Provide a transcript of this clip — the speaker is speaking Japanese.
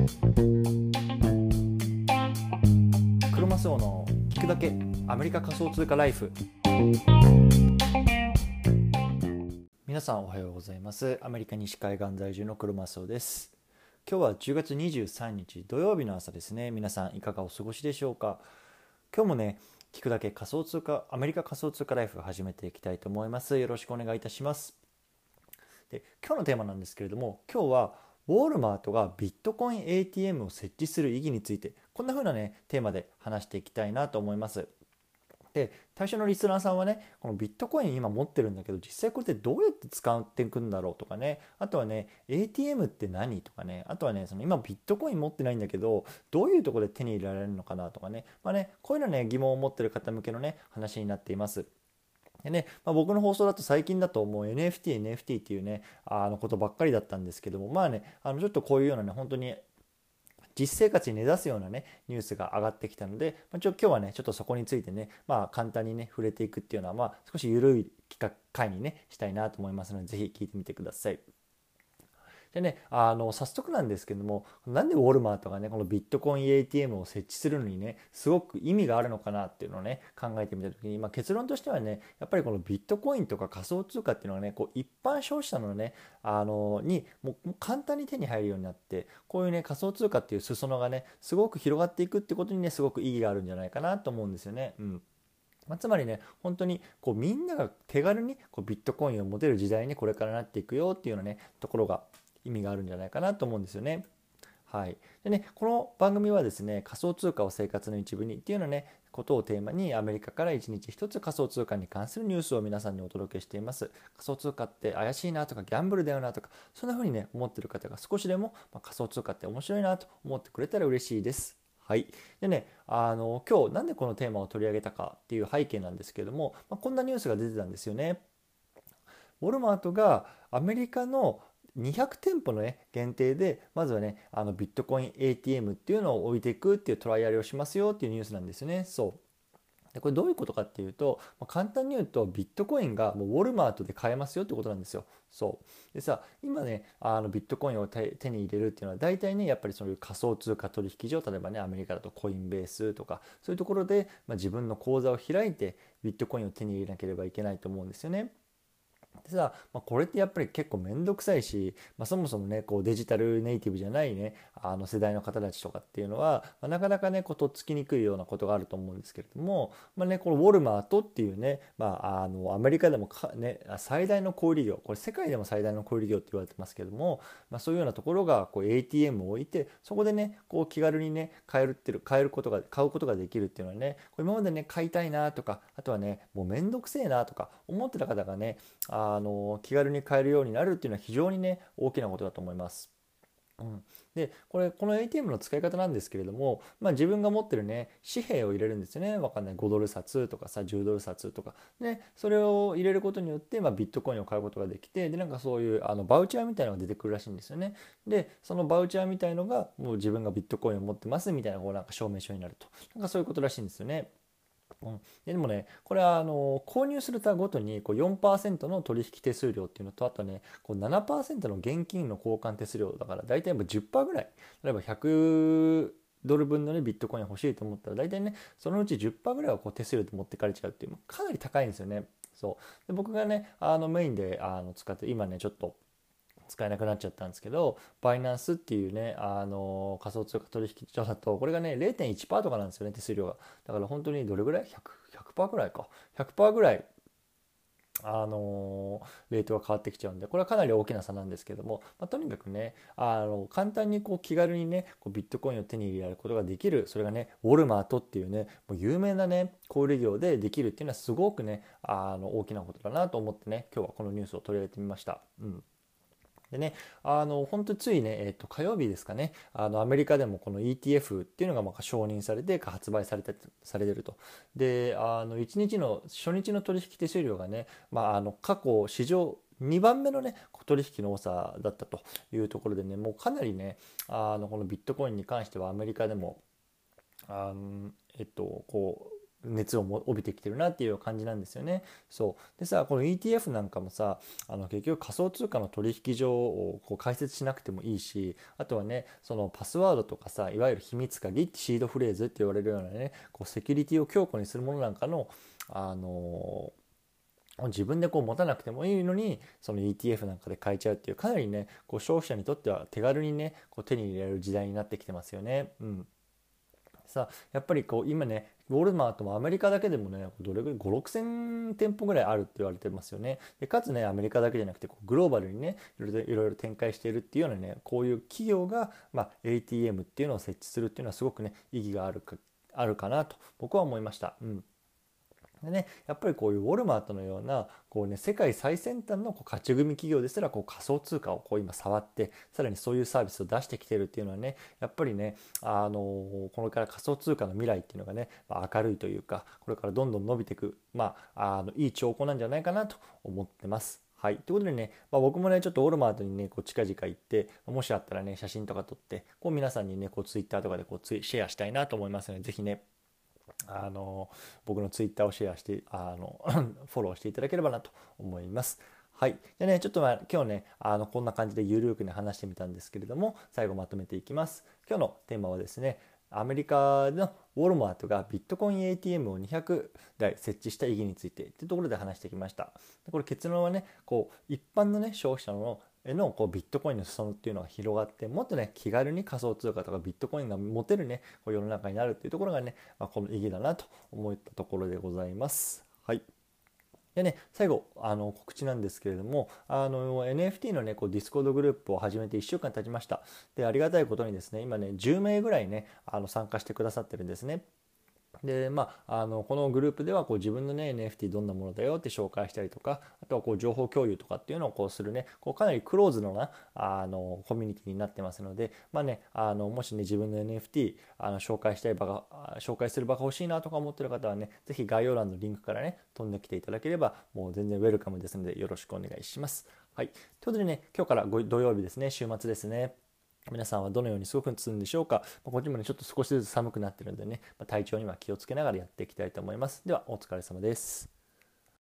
クロマスオの聞くだけアメリカ仮想通貨ライフ。皆さんおはようございます。アメリカ西海岸在住のクロマスオです。今日は10月23日土曜日の朝ですね。皆さんいかがお過ごしでしょうか。今日もね、聞くだけ仮想通貨アメリカ仮想通貨ライフを始めていきたいと思います。よろしくお願いいたします。で、今日のテーマなんですけれども、今日はウォールマートがビットコイン ATM を設置する意義について、こんな風なねテーマで話していきたいなと思います。で、対象のリスナーさんはね、このビットコイン今持ってるんだけど、実際これってどうやって使っていくんだろうとかね、あとはね、ATM って何とかね、あとはね、その今ビットコイン持ってないんだけど、どういうところで手に入れられるのかなとかね、こういうのね、疑問を持ってる方向けのね、話になっています。でね、僕の放送だと最近だともう NFT っていうね、ことばっかりだったんですけども、ちょっとこういうようなね、本当に実生活に根ざすようなねニュースが上がってきたので、今日はねちょっとそこについてね、簡単にね触れていくっていうのは、少し緩い企画会にねしたいなと思いますので、ぜひ聞いてみてください。でね、早速なんですけども、なんでウォルマートがねこのビットコイン ATM を設置するのにねすごく意味があるのかなっていうのをね考えてみた時に、結論としてはね、やっぱりこのビットコインとか仮想通貨っていうのはね、こう一般消費者のねにもう簡単に手に入るようになって、こういうね仮想通貨っていう裾野がねすごく広がっていくってことにねすごく意義があるんじゃないかなと思うんですよね。つまりね、本当にこうみんなが手軽にこうビットコインを持てる時代にこれからなっていくよっていうようなねところが意味があるんじゃないかなと思うんですよね。はい。でね、この番組はですね、仮想通貨を生活の一部にっていうようなね、ことをテーマにアメリカから一日一つ仮想通貨に関するニュースを皆さんにお届けしています。仮想通貨って怪しいなとかギャンブルだよなとか、そんな風にね、思ってる方が少しでも、仮想通貨って面白いなと思ってくれたら嬉しいです。はい。でね、今日なんでこのテーマを取り上げたかっていう背景なんですけれども、こんなニュースが出てたんですよね。ウォルマートがアメリカの200店舗の、ね、限定でまずはねビットコイン ATM っていうのを置いていくっていうトライアルをしますよっていうニュースなんですよね。でこれどういうことかっていうと、簡単に言うとビットコインがもうウォルマートで買えますよってことなんですよ。でさ、今ねビットコインを手に入れるっていうのは大体ねやっぱりそういう仮想通貨取引所、例えばねアメリカだとコインベースとかそういうところで、自分の口座を開いてビットコインを手に入れなければいけないと思うんですよね。でさ、これってやっぱり結構めんどくさいし、そもそもねこうデジタルネイティブじゃないね世代の方たちとかっていうのは、なかなかねこうとっつきにくいようなことがあると思うんですけれども、このウォルマートっていうね、アメリカでも最大の小売業、これ世界でも最大の小売業って言われてますけども、そういうようなところがこう ATM を置いて、そこでねこう気軽にね買うことができるっていうのはね、これ今までね買いたいなとか、あとはねもうめんどくせえなとか思ってた方がね気軽に買えるようになるっていうのは非常にね大きなことだと思います。でこの ATM の使い方なんですけれども、自分が持ってるね紙幣を入れるんですよね。わかんない、5ドル札とかさ10ドル札とかね、それを入れることによって、ビットコインを買うことができて、でなんかそういうバウチャーみたいなのが出てくるらしいんですよね。でそのバウチャーみたいのがもう自分がビットコインを持ってますみたいな、こうなんか証明書になると、なんかそういうことらしいんですよね。でもね、これは購入するたごとにこう4%の取引手数料っていうのと、あとねこう7%の現金の交換手数料だから、大体10%ぐらい、例えば100ドル分の、ね、ビットコイン欲しいと思ったら、大体ねそのうち10%ぐらいはこう手数料で持ってかれちゃうっていう、かなり高いんですよね。で僕がねメインで使って、今ねちょっと使えなくなっちゃったんですけど、バイナンスっていうね仮想通貨取引所だと、これがね0.1% とかなんですよね、手数料が。だから本当にどれぐらい 100% ぐらいか、100%ぐらいレートが変わってきちゃうんで、これはかなり大きな差なんですけども、とにかくね簡単にこう気軽にねこうビットコインを手に入れられることができる、それがねウォルマートっていうねもう有名なね小売業でできるっていうのはすごくね大きなことだなと思ってね、今日はこのニュースを取り上げてみました。でね、本当についね、火曜日ですかね、アメリカでもこの ETF っていうのが承認されて発売されてると。で、1日の初日の取引手数料がね、過去史上2番目のね取引の多さだったというところでね、もうかなりねこのビットコインに関してはアメリカでもこ熱を帯びてきてるなっていう感じなんですよね。そうでさ、この ETF なんかもさ、結局仮想通貨の取引所をこう解説しなくてもいいし、あとはね、そのパスワードとかさ、いわゆる秘密鍵、シードフレーズって言われるようなね、こうセキュリティを強固にするものなんかの自分でこう持たなくてもいいのに、その ETF なんかで買えちゃうっていう、かなりねこう消費者にとっては手軽にねこう手に入れられる時代になってきてますよね。さあやっぱりこう今ねウォルマートもアメリカだけでもねどれぐらい5、6千店舗ぐらいあるって言われてますよね。でかつねアメリカだけじゃなくてこうグローバルにねいろいろ展開しているっていうようなね、こういう企業が、ATM っていうのを設置するっていうのはすごくね意義があるかなと僕は思いました。でね、やっぱりこういうウォルマートのようなこう、ね、世界最先端のこう勝ち組企業ですらこう仮想通貨をこう今触ってさらにそういうサービスを出してきてるっていうのはね、やっぱりね、これから仮想通貨の未来っていうのがね、明るいというかこれからどんどん伸びていく、いい兆候なんじゃないかなと思ってます。はい。ということでね、僕もね、ちょっとウォルマートにね、こう近々行って、もしあったらね、写真とか撮って、こう皆さんにね、こうツイッターとかでこうシェアしたいなと思いますので、ぜひね、僕のツイッターをシェアしてフォローしていただければなと思います。はい。でね、ちょっと今日ね、こんな感じでゆるくね、話してみたんですけれども、最後まとめていきます。今日のテーマはですね、アメリカのウォルマートがビットコイン ATM を200台設置した意義についてというところで話してきました。これ結論はね、こう一般のね、消費者のこうビットコインの裾野っていうのが広がって、もっとね気軽に仮想通貨とかビットコインが持てるねこう世の中になるっていうところがね、この意義だなと思ったところでございます。はい。でね、最後告知なんですけれども、NFT のねこうディスコードグループを始めて1週間経ちました。でありがたいことにですね、今ね10名ぐらいね参加してくださってるんですね。でこのグループではこう自分のね NFT どんなものだよって紹介したりとか、あとはこう情報共有とかっていうのをこうするね、こうかなりクローズのなコミュニティになってますので、もしね自分の NFT 紹介する場が欲しいなとか思ってる方はね、ぜひ概要欄のリンクからね飛んできていただければもう全然ウェルカムですのでよろしくお願いします。はい。ということでね、今日から土曜日ですね、週末ですね。皆さんはどのように過ごすんでしょうか。こっちもね、ちょっと少しずつ寒くなってるんでね、体調には気をつけながらやっていきたいと思います。では、お疲れ様です。